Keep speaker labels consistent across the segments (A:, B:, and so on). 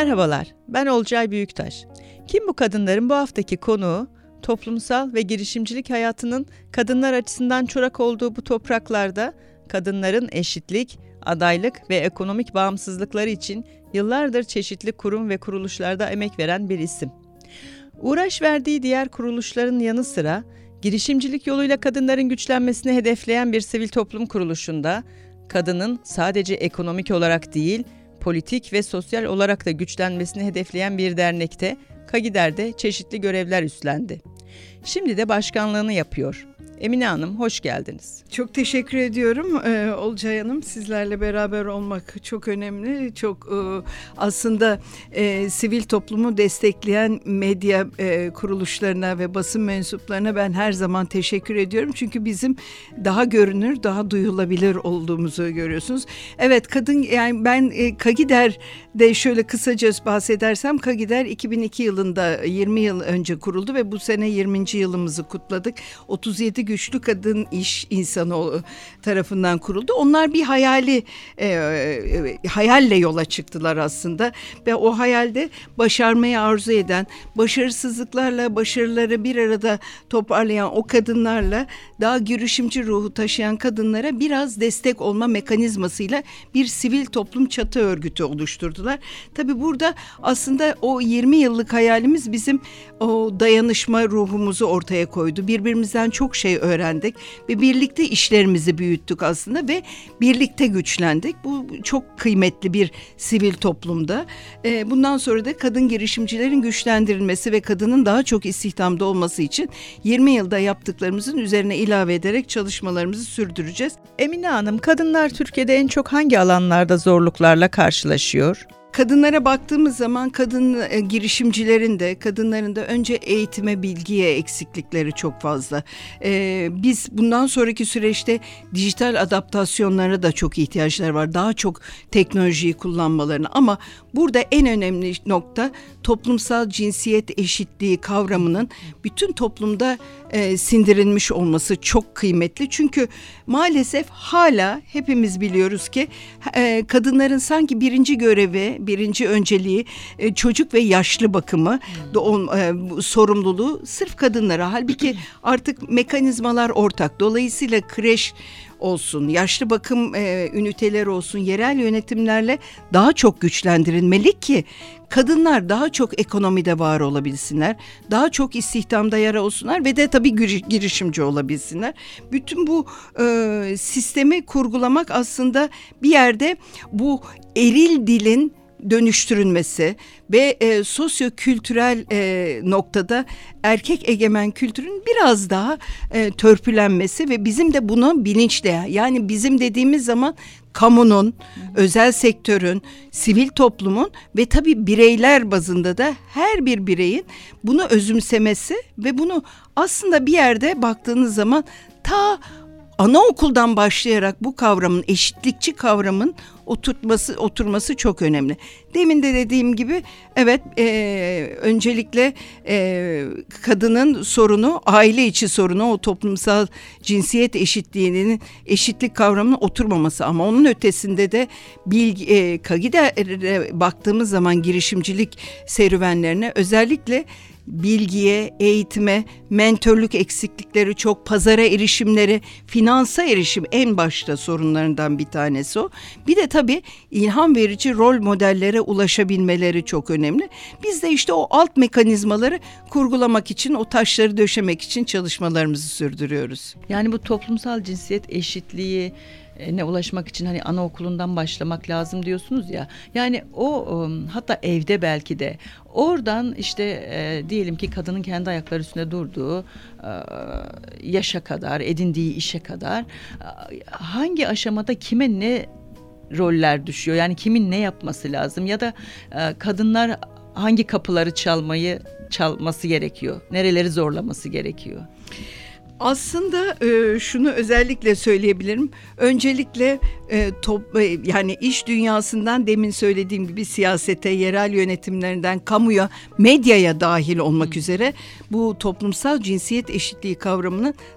A: Merhabalar, ben Olcay Büyüktaş. Kim bu kadınların bu haftaki konuğu, toplumsal ve girişimcilik hayatının kadınlar açısından çorak olduğu bu topraklarda kadınların eşitlik, adaylık ve ekonomik bağımsızlıkları için yıllardır çeşitli kurum ve kuruluşlarda emek veren bir isim. Uğraş verdiği diğer kuruluşların yanı sıra girişimcilik yoluyla kadınların güçlenmesini hedefleyen bir sivil toplum kuruluşunda kadının sadece ekonomik olarak değil, politik ve sosyal olarak da güçlenmesini hedefleyen bir dernekte, Kagider'de çeşitli görevler üstlendi. Şimdi de başkanlığını yapıyor. Emine Hanım, hoş geldiniz.
B: Çok teşekkür ediyorum Olcay Hanım. Sizlerle beraber olmak çok önemli. Çok aslında sivil toplumu destekleyen medya kuruluşlarına ve basın mensuplarına ben her zaman teşekkür ediyorum. Çünkü bizim daha görünür, daha duyulabilir olduğumuzu görüyorsunuz. Evet, kadın, yani ben Kagider'de şöyle kısaca bahsedersem, Kagider 2002 yılında 20 yıl önce kuruldu ve bu sene 20. yılımızı kutladık. 37 güçlü kadın iş insanı tarafından kuruldu. Onlar bir hayalle yola çıktılar aslında ve o hayalde başarmayı arzu eden, başarısızlıklarla başarıları bir arada toparlayan o kadınlarla, daha girişimci ruhu taşıyan kadınlara biraz destek olma mekanizmasıyla bir sivil toplum çatı örgütü oluşturdular. Tabii burada aslında o 20 yıllık hayalimiz bizim o dayanışma ruhumuzu ortaya koydu. Birbirimizden çok şey öğrendik ve birlikte işlerimizi büyüttük aslında ve birlikte güçlendik. Bu çok kıymetli bir sivil toplumda. Bundan sonra da kadın girişimcilerin güçlendirilmesi ve kadının daha çok istihdamda olması için 20 yılda yaptıklarımızın üzerine ilave ederek çalışmalarımızı sürdüreceğiz.
A: Emine Hanım, kadınlar Türkiye'de en çok hangi alanlarda zorluklarla karşılaşıyor?
B: Kadınlara baktığımız zaman kadın girişimcilerin de kadınların da önce eğitime, bilgiye eksiklikleri çok fazla. Biz bundan sonraki süreçte dijital adaptasyonlara da çok ihtiyaçları var. Daha çok teknolojiyi kullanmalarını, ama burada en önemli nokta toplumsal cinsiyet eşitliği kavramının bütün toplumda sindirilmiş olması çok kıymetli. Çünkü maalesef hala hepimiz biliyoruz ki kadınların sanki birinci önceliği çocuk ve yaşlı bakımı, sorumluluğu sırf kadınlara. Halbuki artık mekanizmalar ortak. Dolayısıyla kreş olsun, yaşlı bakım üniteleri olsun, yerel yönetimlerle daha çok güçlendirilmeli ki kadınlar daha çok ekonomide var olabilsinler, daha çok istihdamda yer olsunlar ve de tabii girişimci olabilsinler. Bütün bu sistemi kurgulamak aslında bir yerde bu eril dilin dönüştürülmesi ve sosyo-kültürel noktada erkek egemen kültürün biraz daha törpülenmesi ve bizim de bunu bilinçle, yani bizim dediğimiz zaman kamunun, özel sektörün, sivil toplumun ve tabii bireyler bazında da her bir bireyin bunu özümsemesi ve bunu aslında bir yerde baktığınız zaman ta anaokuldan başlayarak bu kavramın, eşitlikçi kavramın oturması çok önemli. Demin de dediğim gibi, evet, öncelikle kadının sorunu, aile içi sorunu, o toplumsal cinsiyet eşitliğinin, eşitlik kavramının oturmaması, ama onun ötesinde de Kagider'e baktığımız zaman girişimcilik serüvenlerine özellikle bilgiye, eğitime, mentörlük eksiklikleri çok, pazara erişimleri, finansa erişim en başta sorunlarından bir tanesi o. Bir de tabii ilham verici rol modellere ulaşabilmeleri çok önemli. Biz de işte o alt mekanizmaları kurgulamak için, o taşları döşemek için çalışmalarımızı sürdürüyoruz.
A: Yani bu toplumsal cinsiyet eşitliği ne ulaşmak için hani anaokulundan başlamak lazım diyorsunuz ya. Yani o hatta evde belki de oradan işte diyelim ki kadının kendi ayakları üstünde durduğu yaşa kadar, edindiği işe kadar hangi aşamada kime ne roller düşüyor? Yani kimin ne yapması lazım ya da kadınlar hangi kapıları çalması gerekiyor? Nereleri zorlaması gerekiyor?
B: Aslında şunu özellikle söyleyebilirim. Öncelikle yani iş dünyasından, demin söylediğim gibi siyasete, yerel yönetimlerinden kamuya, medyaya dahil olmak üzere bu toplumsal cinsiyet eşitliği kavramının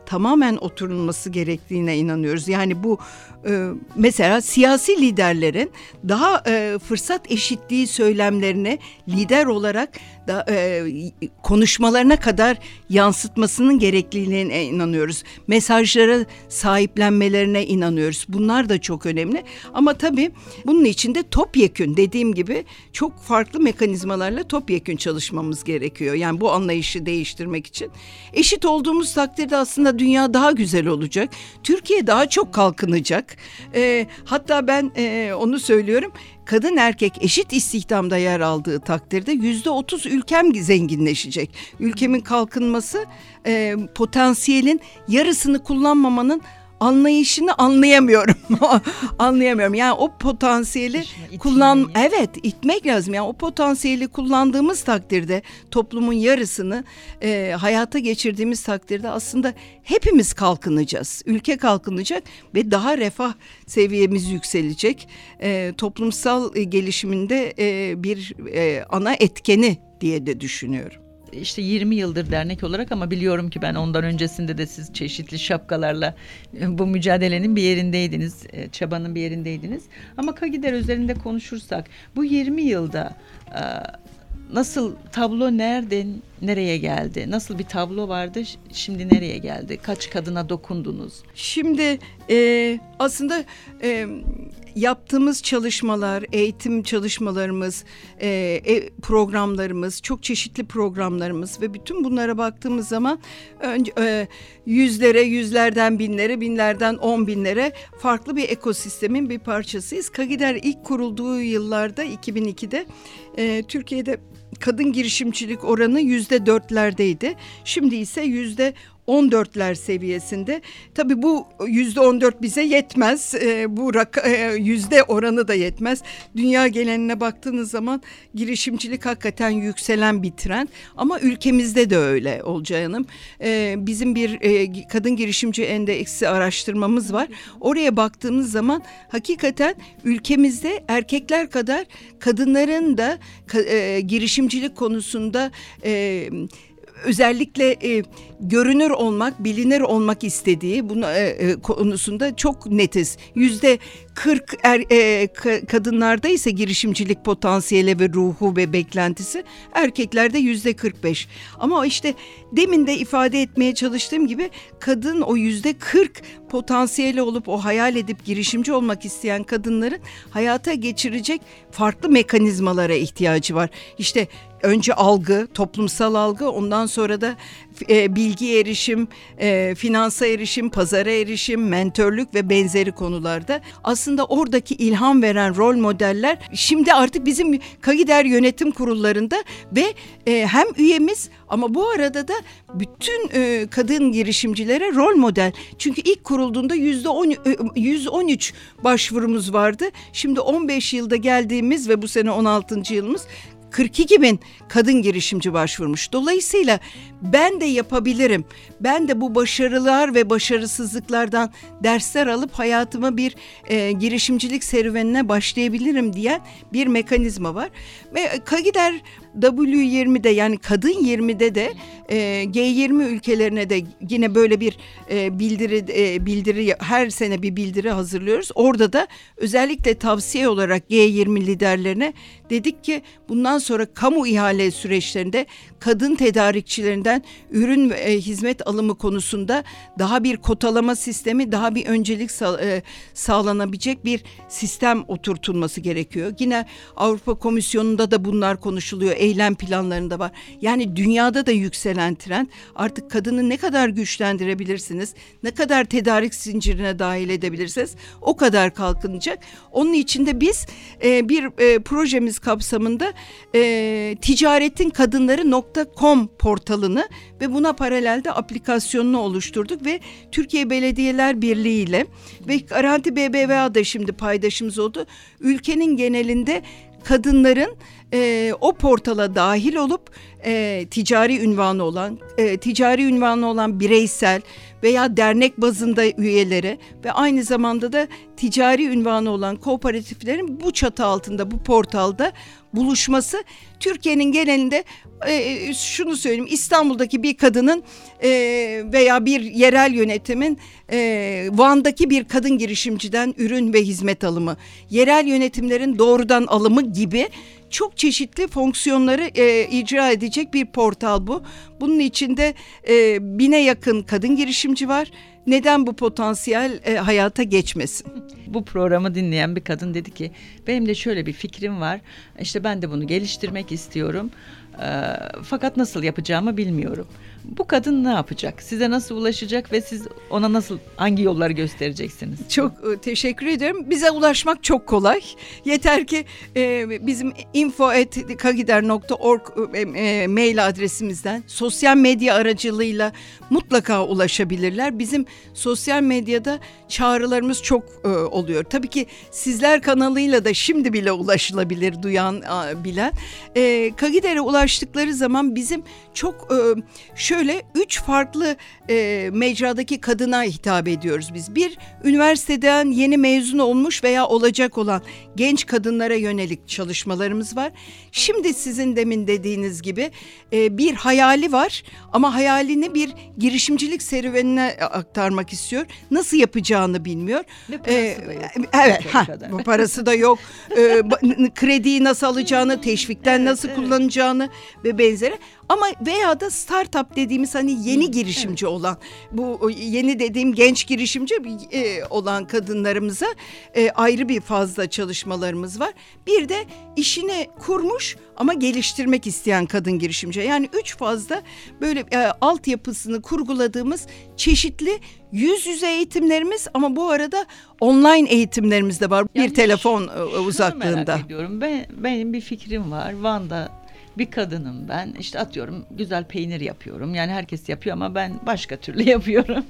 B: tamamen oturulması gerektiğine inanıyoruz. Yani bu mesela siyasi liderlerin daha fırsat eşitliği söylemlerini lider olarak da, konuşmalarına kadar yansıtmasının gerekliliğine inanıyoruz. Mesajlara sahiplenmelerine inanıyoruz. Bunlar da çok önemli. Ama tabii bunun için de topyekün, dediğim gibi çok farklı mekanizmalarla topyekün çalışmamız gerekiyor. Yani bu anlayışı değiştirmek için. Eşit olduğumuz takdirde aslında dünya daha güzel olacak. Türkiye daha çok kalkınacak. Hatta ben onu söylüyorum. Kadın erkek eşit istihdamda yer aldığı takdirde %30 ülkem zenginleşecek. Ülkemin kalkınması potansiyelin yarısını kullanmamanın anlayışını anlayamıyorum. Anlayamıyorum. Yani o potansiyeli itmek lazım. Yani o potansiyeli kullandığımız takdirde toplumun yarısını hayata geçirdiğimiz takdirde aslında hepimiz kalkınacağız. Ülke kalkınacak ve daha refah seviyemiz yükselecek. Toplumsal gelişiminde bir ana etkeni diye de düşünüyorum.
A: İşte 20 yıldır dernek olarak, ama biliyorum ki ben ondan öncesinde de siz çeşitli şapkalarla bu mücadelenin bir yerindeydiniz, çabanın bir yerindeydiniz. Ama KAGİDER üzerinde konuşursak bu 20 yılda nasıl, tablo nereden nereye geldi? Nasıl bir tablo vardı, şimdi nereye geldi? Kaç kadına dokundunuz?
B: Şimdi aslında yaptığımız çalışmalar, eğitim çalışmalarımız, programlarımız, çok çeşitli programlarımız ve bütün bunlara baktığımız zaman yüzlerden binlere, binlerden 10 binlere farklı bir ekosistemin bir parçasıyız. KAGİDER ilk kurulduğu yıllarda 2002'de Türkiye'de kadın girişimcilik oranı %4'lerdeydi. Şimdi ise %14'ler seviyesinde. Tabii bu %14 bize yetmez. Bu yüzde oranı da yetmez. Dünya geneline baktığınız zaman girişimcilik hakikaten yükselen bir trend. Ama ülkemizde de öyle Olcay Hanım. Bizim bir kadın girişimci endeksi araştırmamız var. Oraya baktığımız zaman hakikaten ülkemizde erkekler kadar kadınların da girişimcilik konusunda özellikle görünür olmak, bilinir olmak istediği konusunda çok netiz. %40 kadınlarda ise girişimcilik potansiyeli ve ruhu ve beklentisi, erkeklerde %45. Ama işte demin de ifade etmeye çalıştığım gibi kadın o %40 potansiyeli olup o hayal edip girişimci olmak isteyen kadınların hayata geçirecek farklı mekanizmalara ihtiyacı var. İşte önce algı, toplumsal algı, ondan sonra da bilgi erişim, finansa erişim, pazara erişim, mentörlük ve benzeri konularda. Aslında oradaki ilham veren rol modeller şimdi artık bizim KAGİDER yönetim kurullarında ve hem üyemiz ama bu arada da bütün kadın girişimcilere rol model. Çünkü ilk kurulduğunda %113 başvurumuz vardı. Şimdi 15 yılda geldiğimiz ve bu sene 16. yılımız, 42 bin kadın girişimci başvurmuş. Dolayısıyla ben de yapabilirim. Ben de bu başarılar ve başarısızlıklardan dersler alıp hayatıma bir girişimcilik serüvenine başlayabilirim diyen bir mekanizma var. Ve KAGİDER W20'de, yani Kadın 20'de de G20 ülkelerine de yine böyle bir bildiri her sene bir bildiri hazırlıyoruz. Orada da özellikle tavsiye olarak G20 liderlerine dedik ki bundan sonra kamu ihale süreçlerinde kadın tedarikçilerinden ürün ve hizmet alımı konusunda daha bir kotalama sistemi, daha bir öncelik sağlanabilecek bir sistem oturtulması gerekiyor. Yine Avrupa Komisyonu'nda da bunlar konuşuluyor. Eylem planlarında var. Yani dünyada da yükselen trend, artık kadını ne kadar güçlendirebilirsiniz, ne kadar tedarik zincirine dahil edebilirsiniz, o kadar kalkınacak. Onun için de biz bir projemiz kapsamında ticaretin-kadınları.com portalını ve buna paralelde aplikasyonunu oluşturduk ve Türkiye Belediyeler Birliği ile ve Garanti BBVA da şimdi paydaşımız oldu. Ülkenin genelinde kadınların o portala dahil olup ticari ünvanı olan bireysel veya dernek bazında üyelere ve aynı zamanda da ticari ünvanı olan kooperatiflerin bu çatı altında, bu portalda buluşması Türkiye'nin genelinde şunu söyleyeyim, İstanbul'daki bir kadının veya bir yerel yönetimin Van'daki bir kadın girişimciden ürün ve hizmet alımı, yerel yönetimlerin doğrudan alımı gibi çok çeşitli fonksiyonları icra edecek bir portal bu. Bunun içinde 1000'e yakın kadın girişimci var. Neden bu potansiyel hayata geçmesin?
A: Bu programı dinleyen bir kadın dedi ki benim de şöyle bir fikrim var. İşte ben de bunu geliştirmek istiyorum. Fakat nasıl yapacağımı bilmiyorum. Bu kadın ne yapacak? Size nasıl ulaşacak ve siz ona nasıl, hangi yolları göstereceksiniz?
B: Çok teşekkür ederim. Bize ulaşmak çok kolay. Yeter ki bizim info@kagider.org mail adresimizden sosyal medya aracılığıyla mutlaka ulaşabilirler. Bizim sosyal medyada çağrılarımız çok oluyor. Tabii ki sizler kanalıyla da şimdi bile ulaşılabilir, duyan, bilen. Kagider'e ulaştıkları zaman bizim çok şöyle 3 farklı mecradaki kadına hitap ediyoruz biz. Bir, üniversiteden yeni mezun olmuş veya olacak olan genç kadınlara yönelik çalışmalarımız var. Şimdi sizin demin dediğiniz gibi bir hayali var ama hayalini bir girişimcilik serüvenine aktarmak istiyor. Nasıl yapacağını bilmiyor.
A: Ve parası da yok.
B: Evet, bu parası da yok. Krediyi nasıl alacağını, teşvikten nasıl kullanacağını ve benzeri. Ama veya da startup dediğimiz hani yeni girişimci olan, bu yeni dediğim genç girişimci olan kadınlarımıza ayrı bir fazla çalışmalarımız var. Bir de işini kurmuş ama geliştirmek isteyen kadın girişimci. Yani 3 fazla böyle altyapısını kurguladığımız çeşitli yüz yüze eğitimlerimiz ama bu arada online eğitimlerimiz de var.
A: Yani
B: bir telefon uzaklığında.
A: Merak ediyorum. Benim bir fikrim var. Van'da bir kadınım ben. İşte atıyorum güzel peynir yapıyorum. Yani herkes yapıyor ama ben başka türlü yapıyorum.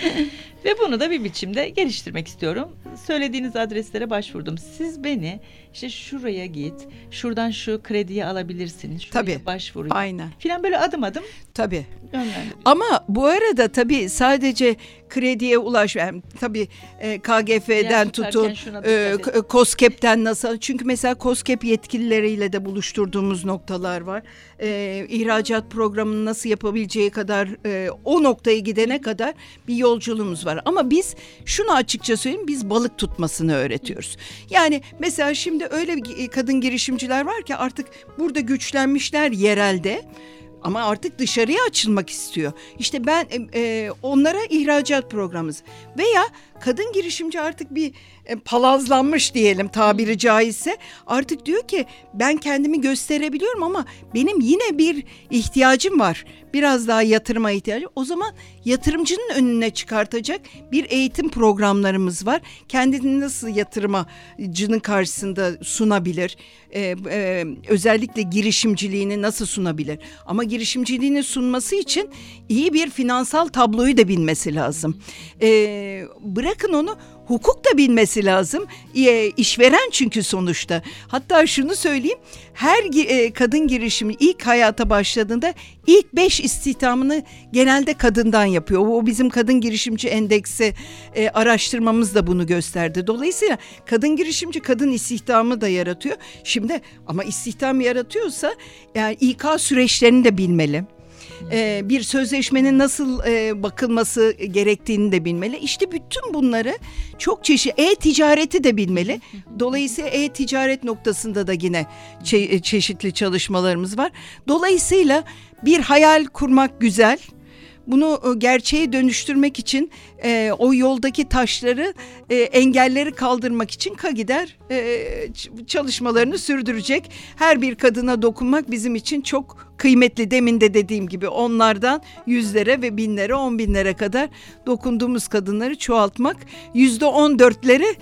A: Ve bunu da bir biçimde geliştirmek istiyorum. Söylediğiniz adreslere başvurdum. Siz beni işte şuraya git, şuradan şu krediyi alabilirsin, şuraya başvur.
B: Aynen.
A: Filan böyle adım adım.
B: Tabii.
A: Yönlendiriyor.
B: Ama bu arada tabii sadece krediye yani tabii KGF'den tutun, KOSGEB'den nasıl? Çünkü mesela KOSGEB yetkilileriyle de buluşturduğumuz noktalar var. İhracat programını nasıl yapabileceği kadar o noktaya gidene kadar bir yolculuğumuz var. Ama biz şunu açıkça söyleyeyim, biz balık tutmasını öğretiyoruz. Yani mesela şimdi öyle kadın girişimciler var ki artık burada güçlenmişler yerelde. Ama artık dışarıya açılmak istiyor. İşte ben onlara ihracat programımız veya kadın girişimci artık bir palazlanmış diyelim tabiri caizse. Artık diyor ki ben kendimi gösterebiliyorum ama benim yine bir ihtiyacım var. Biraz daha yatırıma ihtiyacım. O zaman yatırımcının önüne çıkartacak bir eğitim programlarımız var. Kendini nasıl yatırımcının karşısında sunabilir? Özellikle girişimciliğini nasıl sunabilir? Ama girişimciliğini sunması için iyi bir finansal tabloyu da bilmesi lazım. Bırakın onu, hukuk da bilmesi lazım. İşveren çünkü sonuçta. Hatta şunu söyleyeyim, her kadın girişimi ilk hayata başladığında ilk 5 istihdamını genelde kadından yapıyor. O bizim kadın girişimci endeksi araştırmamız da bunu gösterdi. Dolayısıyla kadın girişimci kadın istihdamı da yaratıyor. Şimdi ama istihdam yaratıyorsa yani İK süreçlerini de bilmeli. Bir sözleşmenin nasıl bakılması gerektiğini de bilmeli. İşte bütün bunları çok çeşitli, e-ticareti de bilmeli. Dolayısıyla e-ticaret noktasında da yine çeşitli çalışmalarımız var. Dolayısıyla bir hayal kurmak güzel. Bunu gerçeğe dönüştürmek için o yoldaki taşları, engelleri kaldırmak için Kagider çalışmalarını sürdürecek. Her bir kadına dokunmak bizim için çok kıymetli. Demin de dediğim gibi onlardan yüzlere ve binlere, 10 binlere kadar dokunduğumuz kadınları çoğaltmak, %14'leri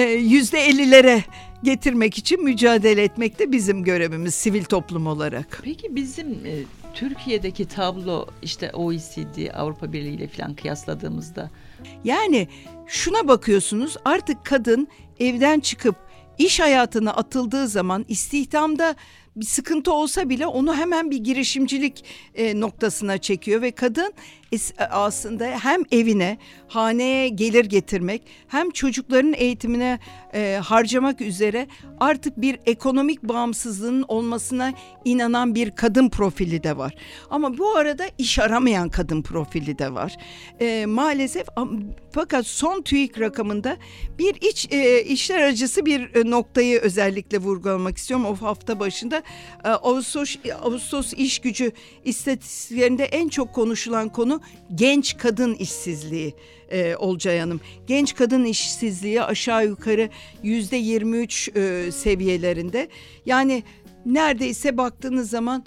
B: %50'lere getirmek için mücadele etmek de bizim görevimiz sivil toplum olarak.
A: Peki bizim Türkiye'deki tablo işte OECD, Avrupa Birliği ile falan kıyasladığımızda?
B: Yani şuna bakıyorsunuz, artık kadın evden çıkıp iş hayatına atıldığı zaman istihdamda bir sıkıntı olsa bile onu hemen bir girişimcilik noktasına çekiyor ve kadın aslında hem evine, haneye gelir getirmek, hem çocukların eğitimine harcamak üzere artık bir ekonomik bağımsızlığın olmasına inanan bir kadın profili de var. Ama bu arada iş aramayan kadın profili de var. Maalesef, fakat son TÜİK rakamında bir işler acısı bir noktayı özellikle vurgulamak istiyorum. O hafta başında Ağustos iş gücü istatistiklerinde en çok konuşulan konu genç kadın işsizliği. Olcay Hanım. Genç kadın işsizliği aşağı yukarı %23 seviyelerinde. Yani neredeyse baktığınız zaman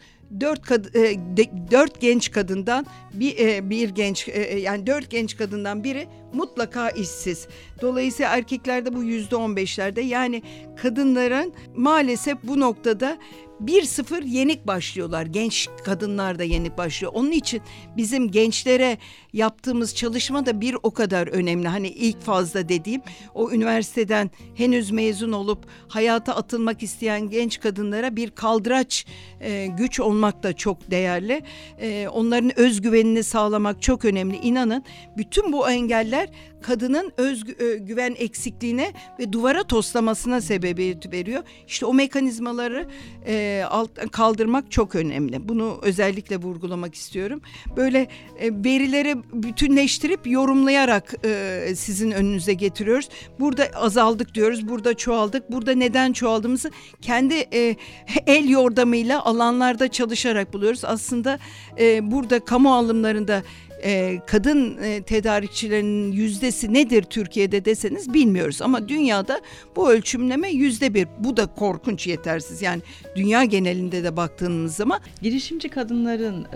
B: 4 genç kadından yani 4 genç kadından biri mutlaka işsiz. Dolayısıyla erkeklerde bu %15'lerde, yani kadınların maalesef bu noktada 1-0 yenik başlıyorlar. Genç kadınlar da yenik başlıyor. Onun için bizim gençlere yaptığımız çalışma da bir o kadar önemli. Hani ilk fazla dediğim, o üniversiteden henüz mezun olup hayata atılmak isteyen genç kadınlara bir kaldıraç güç olmak da çok değerli. Onların özgüvenini sağlamak çok önemli. İnanın bütün bu engeller kadının özgüven eksikliğine ve duvara toslamasına sebebiyet veriyor. İşte o mekanizmaları kaldırmak çok önemli. Bunu özellikle vurgulamak istiyorum. Böyle verileri bütünleştirip yorumlayarak sizin önünüze getiriyoruz. Burada azaldık diyoruz, burada çoğaldık. Burada neden çoğaldığımızı kendi el yordamıyla alanlarda çalışarak buluyoruz. Aslında burada kamu alımlarında kadın tedarikçilerinin yüzdesi nedir Türkiye'de deseniz bilmiyoruz. Ama dünyada bu ölçümleme %1. Bu da korkunç yetersiz. Yani dünya genelinde de baktığımız zaman.
A: Girişimci kadınların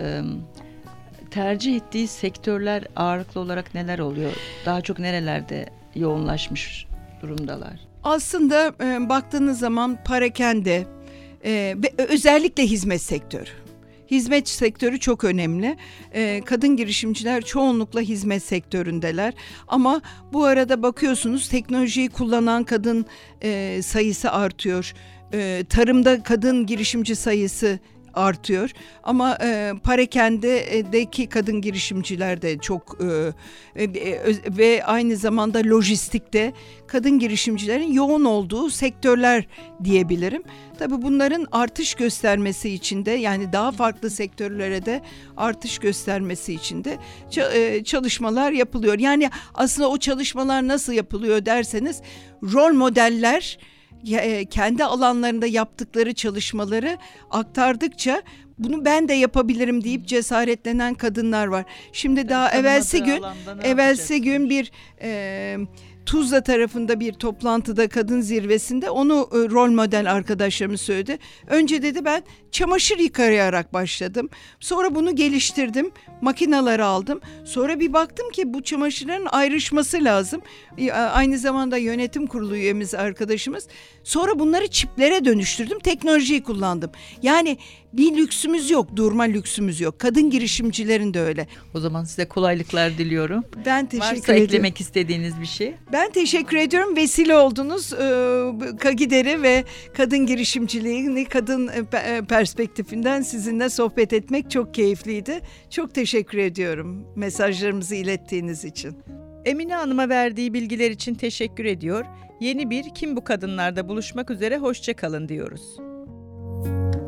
A: tercih ettiği sektörler ağırlıklı olarak neler oluyor? Daha çok nerelerde yoğunlaşmış durumdalar?
B: Aslında baktığınız zaman parakende ve özellikle hizmet sektörü. Hizmet sektörü çok önemli. Kadın girişimciler çoğunlukla hizmet sektöründeler. Ama bu arada bakıyorsunuz teknolojiyi kullanan kadın sayısı artıyor. Tarımda kadın girişimci sayısı artıyor. Ama parakendedeki kadın girişimciler de çok ve aynı zamanda lojistikte kadın girişimcilerin yoğun olduğu sektörler diyebilirim. Tabii bunların artış göstermesi için de, yani daha farklı sektörlere de artış göstermesi için de çalışmalar yapılıyor. Yani aslında o çalışmalar nasıl yapılıyor derseniz, rol modeller kendi alanlarında yaptıkları çalışmaları aktardıkça bunu ben de yapabilirim deyip cesaretlenen kadınlar var. Şimdi daha evvelsi gün bir Tuzla tarafında bir toplantıda, kadın zirvesinde onu rol model arkadaşlarımız söyledi. Önce dedi ben çamaşır yıkayarak başladım. Sonra bunu geliştirdim. Makineleri aldım. Sonra bir baktım ki bu çamaşırların ayrışması lazım. Aynı zamanda yönetim kurulu üyemiz arkadaşımız. Sonra bunları çiplere dönüştürdüm. Teknolojiyi kullandım. Yani bir lüksümüz yok, durma lüksümüz yok. Kadın girişimcilerin de öyle.
A: O zaman size kolaylıklar diliyorum.
B: Ben teşekkür
A: ederim. Varsa
B: ediyorum.
A: eklemek istediğiniz bir şey?
B: Ben teşekkür ediyorum. Vesile oldunuz. Kagider'i ve kadın girişimciliğini kadın perspektifinden sizinle sohbet etmek çok keyifliydi. Çok teşekkür ediyorum mesajlarımızı ilettiğiniz için.
A: Emine Hanım'a verdiği bilgiler için teşekkür ediyor. Yeni bir Kim Bu Kadınlar'da buluşmak üzere, hoşça kalın diyoruz.